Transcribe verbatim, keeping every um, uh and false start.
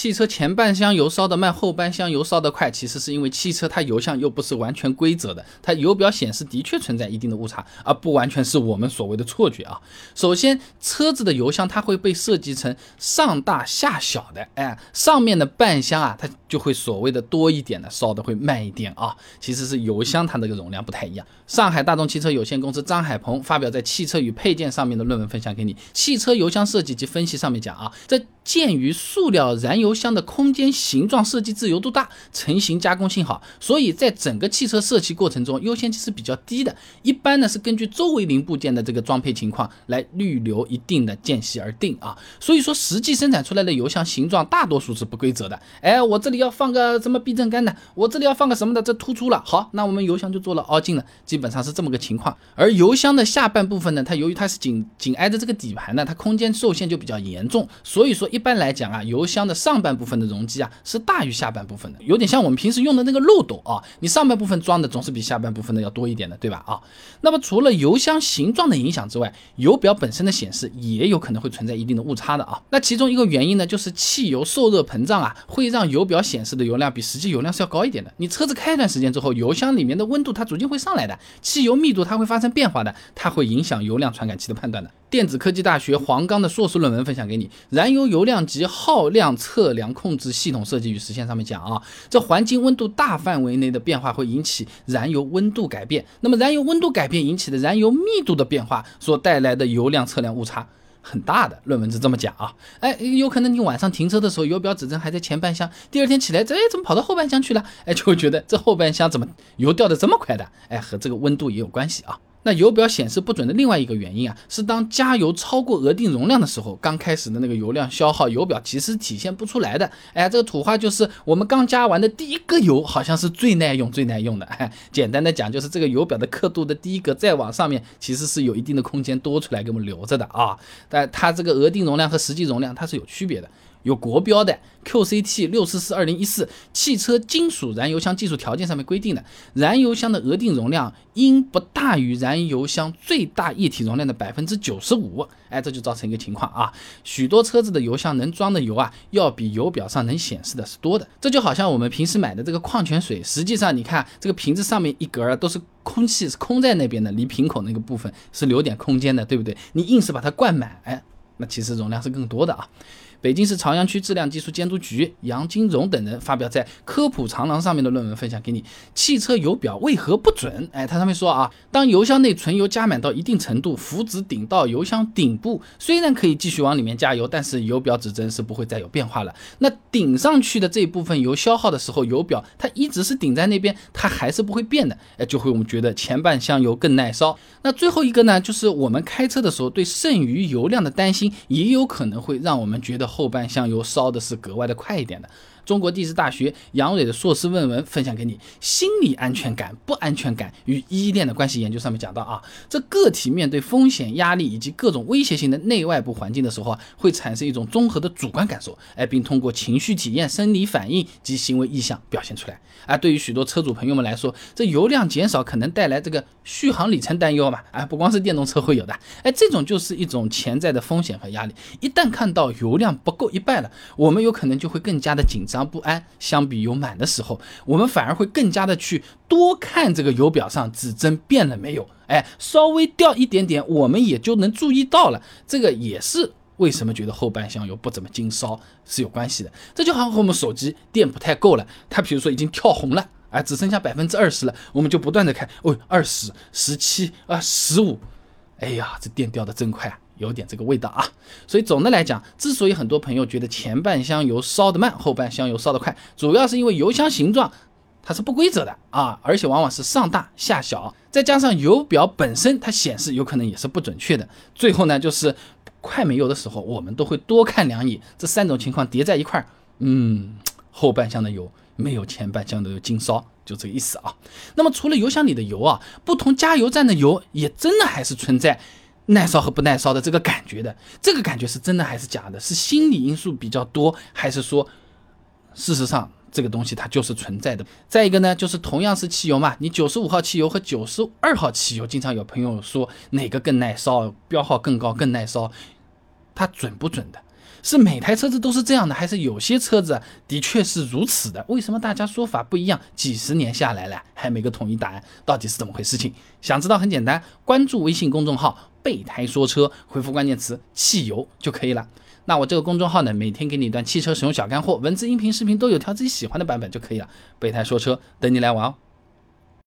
汽车前半箱油烧得慢，后半箱油烧得快，其实是因为汽车它油箱又不是完全规则的，它油表显示的确存在一定的误差，而不完全是我们所谓的错觉啊。首先，车子的油箱它会被设计成上大下小的，哎，上面的半箱啊，它就会所谓的多一点的，烧得会慢一点啊。其实是油箱它这个容量不太一样。上海大众汽车有限公司张海鹏发表在《汽车与配件》上面的论文分享给你，汽车油箱设计及分析上面讲啊，这鉴于塑料燃油箱的空间形状设计自由度大，成型加工性好，所以在整个汽车设计过程中优先级是比较低的。一般呢是根据周围零部件的这个装配情况来预留一定的间隙而定啊。所以说实际生产出来的油箱形状大多数是不规则的。哎，我这里要放个什么避震杆的，我这里要放个什么的，这突出了，好，那我们油箱就做了凹进了，基本上是这么个情况。而油箱的下半部分呢，它由于它是紧紧挨着这个底盘呢，它空间受限就比较严重，所以说一般来讲啊，油箱的上半部分的容积啊是大于下半部分的，有点像我们平时用的那个漏斗啊，你上半部分装的总是比下半部分的要多一点的，对吧？啊，那么除了油箱形状的影响之外，油表本身的显示也有可能会存在一定的误差的啊。那其中一个原因呢，就是汽油受热膨胀啊，会让油表显示的油量比实际油量是要高一点的。你车子开一段时间之后，油箱里面的温度它逐渐会上来的，汽油密度它会发生变化的，它会影响油量传感器的判断的。电子科技大学黄冈的硕士论文分享给你，燃油油量及耗量测量控制系统设计与实现上面讲啊，这环境温度大范围内的变化会引起燃油温度改变，那么燃油温度改变引起的燃油密度的变化所带来的油量测量误差很大的，论文是这么讲啊。哎，有可能你晚上停车的时候，油表指针还在前半箱，第二天起来，哎，怎么跑到后半箱去了？哎，就会觉得这后半箱怎么油掉的这么快的？哎，和这个温度也有关系啊。那油表显示不准的另外一个原因啊，是当加油超过额定容量的时候，刚开始的那个油量消耗，油表其实体现不出来的。哎，这个土话就是我们刚加完的第一个油好像是最耐用、最耐用的。哎，简单的讲就是这个油表的刻度的第一个再往上面，其实是有一定的空间多出来给我们留着的啊。但它这个额定容量和实际容量它是有区别的。有国标的 Q C T 六四四二零一四 汽车金属燃油箱技术条件上面规定的，燃油箱的额定容量应不大于燃油箱最大液体容量的 百分之九十五。 哎，这就造成一个情况啊，许多车子的油箱能装的油啊，要比油表上能显示的是多的。这就好像我们平时买的这个矿泉水，实际上你看这个瓶子上面一格都是空气，是空在那边的，离瓶口那个部分是留点空间的，对不对？你硬是把它灌满，哎，那其实容量是更多的啊。北京市朝阳区质量技术监督局杨金荣等人发表在科普长廊上面的论文分享给你，汽车油表为何不准？哎，他上面说啊，当油箱内存油加满到一定程度，符纸顶到油箱顶部，虽然可以继续往里面加油，但是油表指针是不会再有变化了。那顶上去的这一部分油消耗的时候，油表它一直是顶在那边，它还是不会变的，哎，就会我们觉得前半箱油更耐烧。那最后一个呢，就是我们开车的时候对剩余油量的担心，也有可能会让我们觉得后半箱油烧的是格外的快一点的。中国地质大学杨蕊的硕士论文分享给你，心理安全感、不安全感与依恋的关系研究上面讲到啊，这个体面对风险、压力以及各种威胁性的内外部环境的时候啊，会产生一种综合的主观感受，哎，并通过情绪体验、生理反应及行为意向表现出来。啊，对于许多车主朋友们来说，这油量减少可能带来这个续航里程担忧嘛，啊，不光是电动车会有的，哎，这种就是一种潜在的风险和压力。一旦看到油量不够一半了，我们有可能就会更加的紧张不安，相比油满的时候，我们反而会更加的去多看这个油表上指针变了没有，哎，稍微掉一点点，我们也就能注意到了。这个也是为什么觉得后半箱油不怎么经烧是有关系的。这就好像和我们手机电不太够了，它比如说已经跳红了，哎，只剩下百分之二十了，我们就不断的看，哦，二十、十七啊、十五，哎呀，这电掉的真快啊，有点这个味道啊。所以总的来讲，之所以很多朋友觉得前半箱油烧得慢，后半箱油烧得快，主要是因为油箱形状它是不规则的啊，而且往往是上大下小，再加上油表本身它显示有可能也是不准确的。最后呢，就是快没油的时候，我们都会多看两眼，这三种情况叠在一块儿，嗯，后半箱的油没有前半箱的油经烧，就这个意思啊。那么除了油箱里的油啊，不同加油站的油也真的还是存在耐烧和不耐烧的这个感觉的。这个感觉是真的还是假的？是心理因素比较多，还是说事实上这个东西它就是存在的？再一个呢，就是同样是汽油嘛，你九十五号汽油和九十二号汽油，经常有朋友说哪个更耐烧，标号更高更耐烧，它准不准的？ 是每台车子都是这样的，还是有些车子的确是如此的？为什么大家说法不一样？几十年下来了，还没个统一答案，到底是怎么回事情？想知道很简单，关注微信公众号备胎说车，回复关键词汽油就可以了。那我这个公众号呢，每天给你一段汽车使用小干货，文字、音频、视频都有，挑自己喜欢的版本就可以了。备胎说车，等你来玩哦。